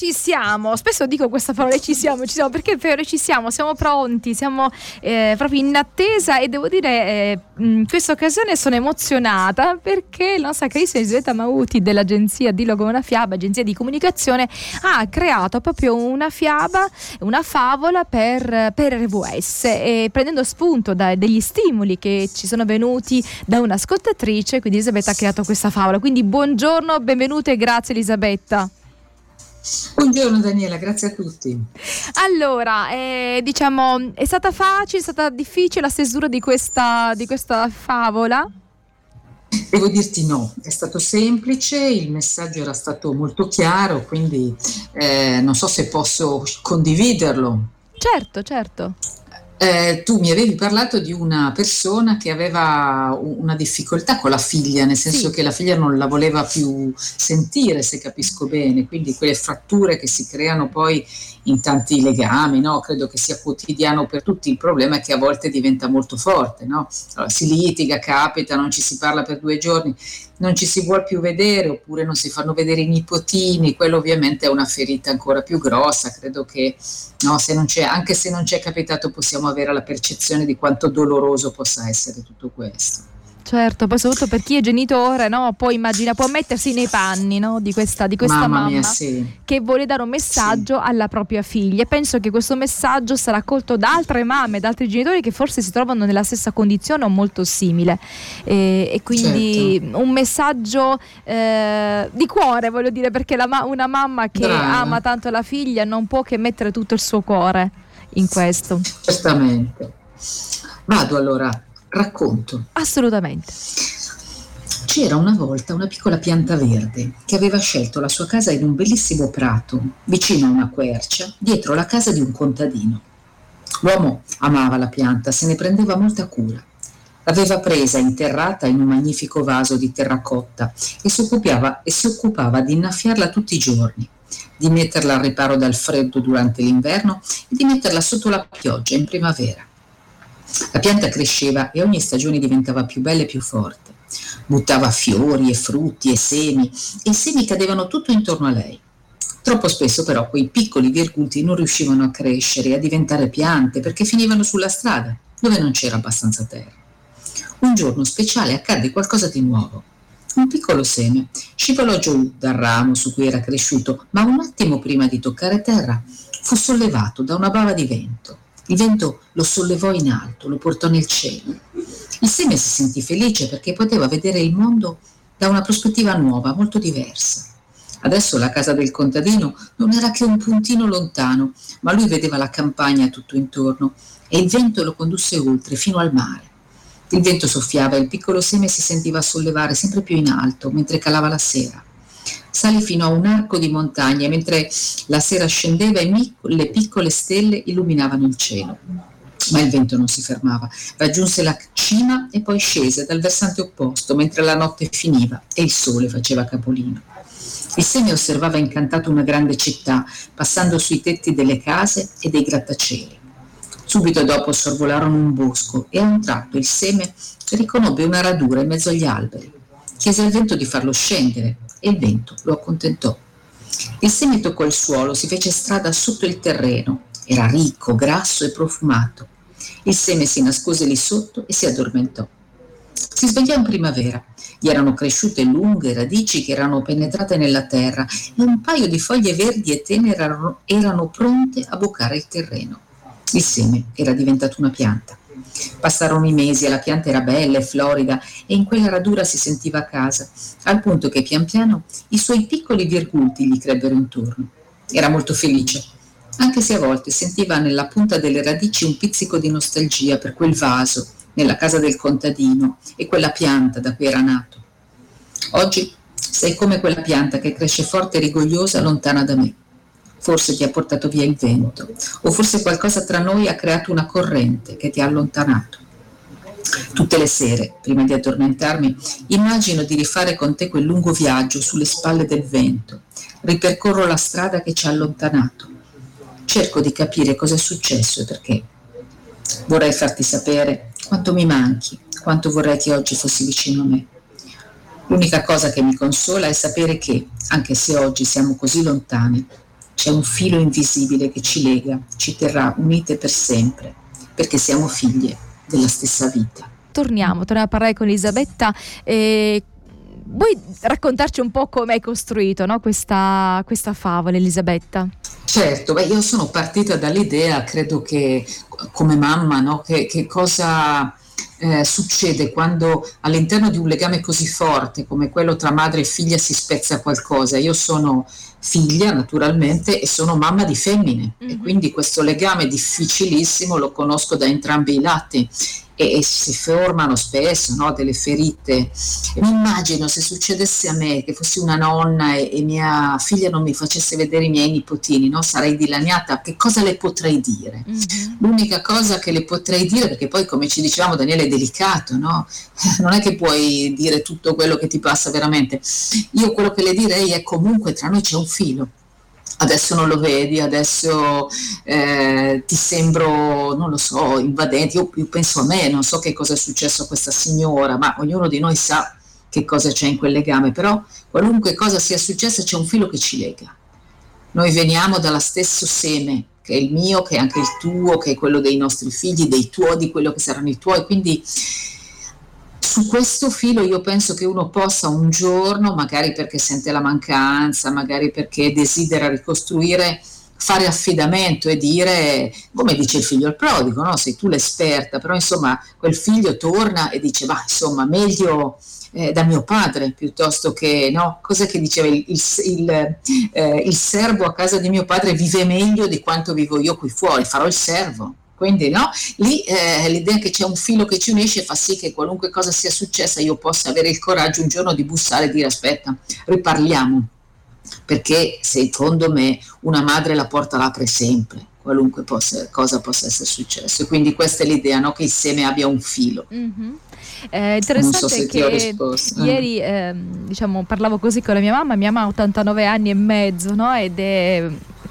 Ci siamo, spesso dico questa parola, ci siamo perché è vero, ci siamo pronti, siamo proprio in attesa e devo dire in questa occasione sono emozionata perché la nostra carissima Elisabetta Mauti dell'agenzia Dillo come una fiaba, agenzia di comunicazione, ha creato proprio una fiaba, una favola per RVS, e prendendo spunto degli stimoli che ci sono venuti da un'ascoltatrice, quindi Elisabetta ha creato questa favola. Quindi buongiorno, benvenuta e grazie Elisabetta. Buongiorno Daniela, grazie a tutti. Allora, diciamo, è stata facile, è stata difficile la stesura di questa favola? Devo dirti no, è stato semplice, il messaggio era stato molto chiaro, quindi non so se posso condividerlo. Certo. Tu mi avevi parlato di una persona che aveva una difficoltà con la figlia, nel senso che la figlia non la voleva più sentire, se capisco bene, quindi quelle fratture che si creano poi in tanti legami, no? Credo che sia quotidiano per tutti. Il problema è che a volte diventa molto forte, no? Allora, si litiga, capita, non ci si parla per 2 giorni, non ci si vuol più vedere, oppure non si fanno vedere i nipotini, quello ovviamente è una ferita ancora più grossa. Credo che no, anche se non ci è capitato, possiamo avere la percezione di quanto doloroso possa essere tutto questo. Certo, poi soprattutto per chi è genitore, no? Può mettersi nei panni, no? di questa mamma mia, sì. Che vuole dare un messaggio alla propria figlia, e penso che questo messaggio sarà accolto da altre mamme, da altri genitori che forse si trovano nella stessa condizione o molto simile, e quindi un messaggio di cuore, voglio dire, perché una mamma che ama tanto la figlia non può che mettere tutto il suo cuore in questo. Certamente. Vado allora. Racconto. Assolutamente. C'era una volta una piccola pianta verde che aveva scelto la sua casa in un bellissimo prato, vicino a una quercia, dietro la casa di un contadino. L'uomo amava la pianta, se ne prendeva molta cura. L'aveva presa interrata in un magnifico vaso di terracotta e si occupava di innaffiarla tutti i giorni, di metterla al riparo dal freddo durante l'inverno e di metterla sotto la pioggia in primavera. La pianta cresceva e ogni stagione diventava più bella e più forte. Buttava fiori e frutti e i semi cadevano tutto intorno a lei. Troppo spesso però quei piccoli virgulti non riuscivano a crescere e a diventare piante perché finivano sulla strada, dove non c'era abbastanza terra. Un giorno speciale accadde qualcosa di nuovo. Un piccolo seme scivolò giù dal ramo su cui era cresciuto, ma un attimo prima di toccare terra fu sollevato da una bava di vento. Il vento lo sollevò in alto, lo portò nel cielo. Il seme si sentì felice perché poteva vedere il mondo da una prospettiva nuova, molto diversa. Adesso la casa del contadino non era che un puntino lontano, ma lui vedeva la campagna tutto intorno e il vento lo condusse oltre, fino al mare. Il vento soffiava e il piccolo seme si sentiva sollevare sempre più in alto mentre calava la sera. Salì fino a un arco di montagne, mentre la sera scendeva e le piccole stelle illuminavano il cielo. Ma il vento non si fermava, raggiunse la cima e poi scese dal versante opposto, mentre la notte finiva e il sole faceva capolino. Il seme osservava incantato una grande città, passando sui tetti delle case e dei grattacieli. Subito dopo sorvolarono un bosco e a un tratto il seme riconobbe una radura in mezzo agli alberi. Chiese al vento di farlo scendere e il vento lo accontentò. Il seme toccò il suolo, si fece strada sotto il terreno. Era ricco, grasso e profumato. Il seme si nascose lì sotto e si addormentò. Si svegliò in primavera. Gli erano cresciute lunghe radici che erano penetrate nella terra e un paio di foglie verdi e tenere erano pronte a boccare il terreno. Il seme era diventato una pianta. Passarono i mesi e la pianta era bella e florida e in quella radura si sentiva a casa, al punto che pian piano i suoi piccoli virgulti gli crebbero intorno. Era molto felice, anche se a volte sentiva nella punta delle radici un pizzico di nostalgia per quel vaso nella casa del contadino e quella pianta da cui era nato. Oggi sei come quella pianta che cresce forte e rigogliosa lontana da me. Forse ti ha portato via il vento, o forse qualcosa tra noi ha creato una corrente che ti ha allontanato. Tutte le sere, prima di addormentarmi, immagino di rifare con te quel lungo viaggio sulle spalle del vento. Ripercorro la strada che ci ha allontanato. Cerco di capire cosa è successo e perché. Vorrei farti sapere quanto mi manchi, quanto vorrei che oggi fossi vicino a me. L'unica cosa che mi consola è sapere che, anche se oggi siamo così lontani, c'è un filo invisibile che ci lega, ci terrà unite per sempre, perché siamo figlie della stessa vita. Torniamo a parlare con Elisabetta. Vuoi raccontarci un po' come hai costruito, no, questa favola, Elisabetta? Certo, io sono partita dall'idea, credo che come mamma, no, che cosa succede quando all'interno di un legame così forte come quello tra madre e figlia si spezza qualcosa. Io sono figlia naturalmente e sono mamma di femmine, e quindi questo legame difficilissimo lo conosco da entrambi i lati, e si formano spesso, no, delle ferite. E mi immagino se succedesse a me, che fossi una nonna e mia figlia non mi facesse vedere i miei nipotini, no? Sarei dilaniata. Che cosa le potrei dire? L'unica cosa che le potrei dire, perché poi, come ci dicevamo, Daniele, è delicato, no? Non è che puoi dire tutto quello che ti passa veramente. Io quello che le direi è: comunque tra noi c'è un filo. Adesso non lo vedi, adesso ti sembro, non lo so, invadente. Io penso a me, non so che cosa è successo a questa signora, ma ognuno di noi sa che cosa c'è in quel legame, però qualunque cosa sia successa c'è un filo che ci lega. Noi veniamo dallo stesso seme, che è il mio, che è anche il tuo, che è quello dei nostri figli, dei tuoi, di quello che saranno i tuoi, quindi su questo filo io penso che uno possa un giorno, magari perché sente la mancanza, magari perché desidera ricostruire, fare affidamento e dire, come dice il figlio al prodigo, no? Sei tu l'esperta, però insomma quel figlio torna e dice, ma insomma meglio da mio padre piuttosto che, no? Cos'è che diceva il servo a casa di mio padre vive meglio di quanto vivo io qui fuori, farò il servo. Quindi no, lì l'idea che c'è un filo che ci unisce fa sì che qualunque cosa sia successa io possa avere il coraggio un giorno di bussare e dire: aspetta, riparliamo, perché secondo me una madre la porta l'apre sempre, qualunque cosa possa essere successo. E quindi questa è l'idea, no? Che il seme abbia un filo. Interessante, non so se ti ho risposto. Ieri diciamo, parlavo così con la mia mamma ha 89 anni e mezzo, no? Ed è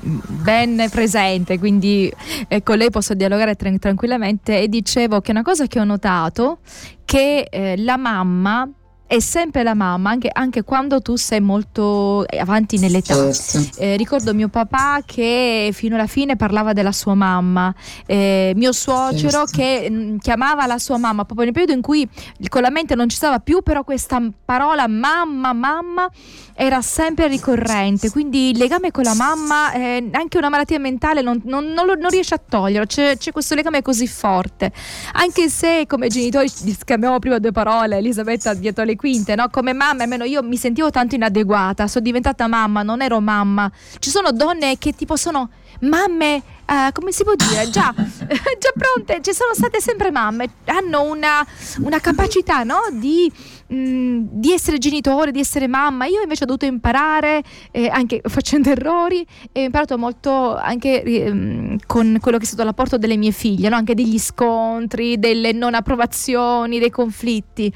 ben presente, quindi con lei posso dialogare tranquillamente, e dicevo che una cosa che ho notato, che la mamma è sempre la mamma, anche quando tu sei molto avanti nell'età. Certo. Ricordo mio papà che fino alla fine parlava della sua mamma, mio suocero, certo, che chiamava la sua mamma proprio nel periodo in cui con la mente non ci stava più, però questa parola mamma era sempre ricorrente, quindi il legame con la mamma, anche una malattia mentale non riesce a toglierlo, c'è questo legame così forte, anche se come genitori scambiamo prima due parole, Elisabetta dietro le quinte, no? Come mamma almeno io mi sentivo tanto inadeguata, sono diventata mamma, non ero mamma. Ci sono donne che tipo sono mamme, come si può dire, già pronte, ci sono state sempre mamme, hanno una capacità, no? Di essere genitore, di essere mamma. Io invece ho dovuto imparare, anche facendo errori, e ho imparato molto anche con quello che è stato l'apporto delle mie figlie, no? Anche degli scontri, delle non approvazioni, dei conflitti.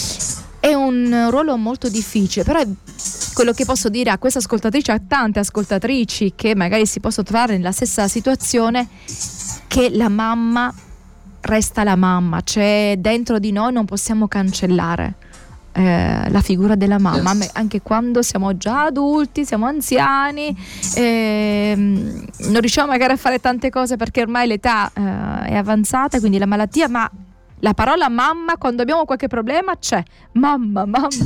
È un ruolo molto difficile, però è quello che posso dire a questa ascoltatrice, a tante ascoltatrici che magari si possono trovare nella stessa situazione, che la mamma resta la mamma, cioè dentro di noi non possiamo cancellare la figura della mamma, anche quando siamo già adulti, siamo anziani, non riusciamo magari a fare tante cose perché ormai l'età è avanzata, quindi la malattia, ma la parola mamma, quando abbiamo qualche problema, c'è mamma.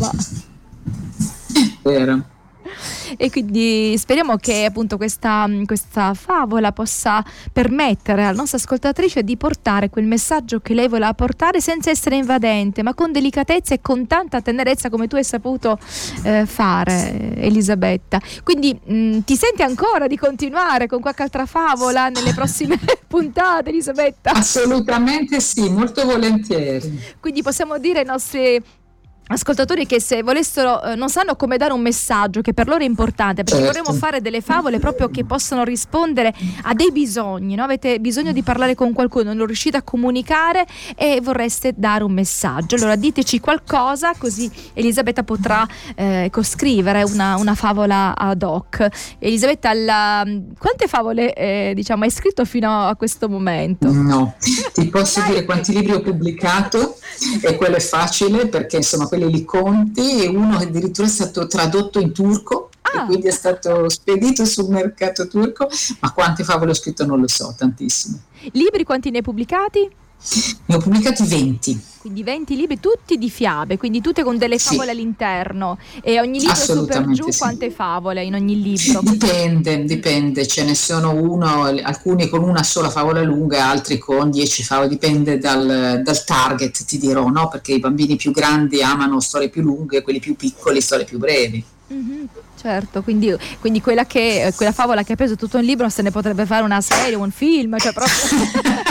Vero. E quindi speriamo che appunto questa favola possa permettere alla nostra ascoltatrice di portare quel messaggio che lei voleva portare, senza essere invadente, ma con delicatezza e con tanta tenerezza, come tu hai saputo fare, Elisabetta. Quindi ti senti ancora di continuare con qualche altra favola nelle prossime puntate, Elisabetta? Assolutamente sì, molto volentieri. Quindi possiamo dire ai nostri ascoltatori che se volessero, non sanno come dare un messaggio che per loro è importante, perché certo, vorremmo fare delle favole proprio che possano rispondere a dei bisogni, no? Avete bisogno di parlare con qualcuno, non riuscite a comunicare e vorreste dare un messaggio, allora diteci qualcosa, così Elisabetta potrà scrivere una favola ad hoc. Elisabetta, quante favole diciamo hai scritto fino a questo momento? No, ti posso dire quanti libri ho pubblicato, e quello è facile perché insomma quelli li conti, e uno addirittura è stato tradotto in turco, e quindi è stato spedito sul mercato turco, ma quante favole ho scritto non lo so, tantissime. Libri quanti ne hai pubblicati? Ne ho pubblicati 20. Quindi 20 libri, tutti di fiabe, quindi tutte con delle favole all'interno. E ogni libro su per giù, quante favole in ogni libro? Dipende, ce ne sono alcuni con una sola favola lunga, altri con 10 favole, dipende dal target, ti dirò, no? Perché i bambini più grandi amano storie più lunghe, quelli più piccoli storie più brevi. Certo, quindi quella favola che ha preso tutto un libro se ne potrebbe fare una serie, un film, cioè proprio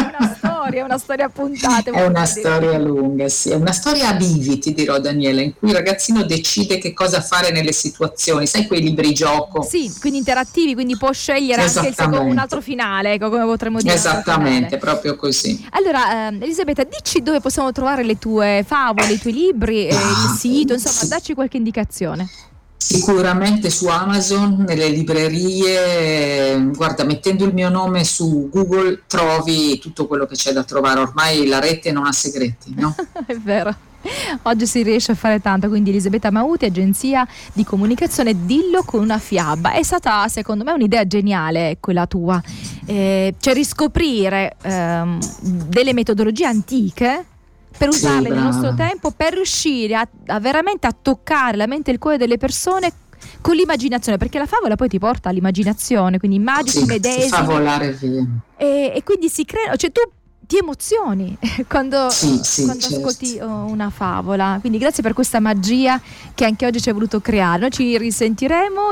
è una storia a puntate. È una storia lunga, sì, è una storia a bivi, ti dirò Daniela, in cui il ragazzino decide che cosa fare nelle situazioni, sai quei libri gioco? Sì, quindi interattivi, quindi può scegliere anche un altro finale, come potremmo dire. Esattamente, proprio così. Allora, Elisabetta, dici dove possiamo trovare le tue favole, i tuoi libri, il sito, insomma, dacci qualche indicazione. Sicuramente su Amazon, nelle librerie, guarda, mettendo il mio nome su Google trovi tutto quello che c'è da trovare, ormai la rete non ha segreti, no? È vero. Oggi si riesce a fare tanto, quindi Elisabetta Mauti, agenzia di comunicazione Dillo con una fiaba. È stata secondo me un'idea geniale quella tua, cioè riscoprire delle metodologie antiche per usarle nel nostro tempo, per riuscire a veramente a toccare la mente e il cuore delle persone con l'immaginazione, perché la favola poi ti porta all'immaginazione, quindi immagini, medesimi, favolare via. E quindi si crea, cioè tu ti emozioni quando certo. Ascolti una favola, quindi grazie per questa magia che anche oggi ci hai voluto creare. Noi ci risentiremo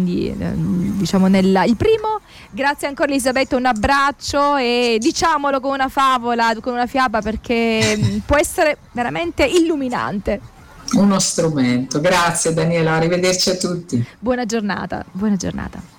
diciamo il primo. Grazie ancora Elisabetta, un abbraccio e diciamolo con una favola, con una fiaba, perché può essere veramente illuminante. Uno strumento. Grazie Daniela, arrivederci a tutti. Buona giornata.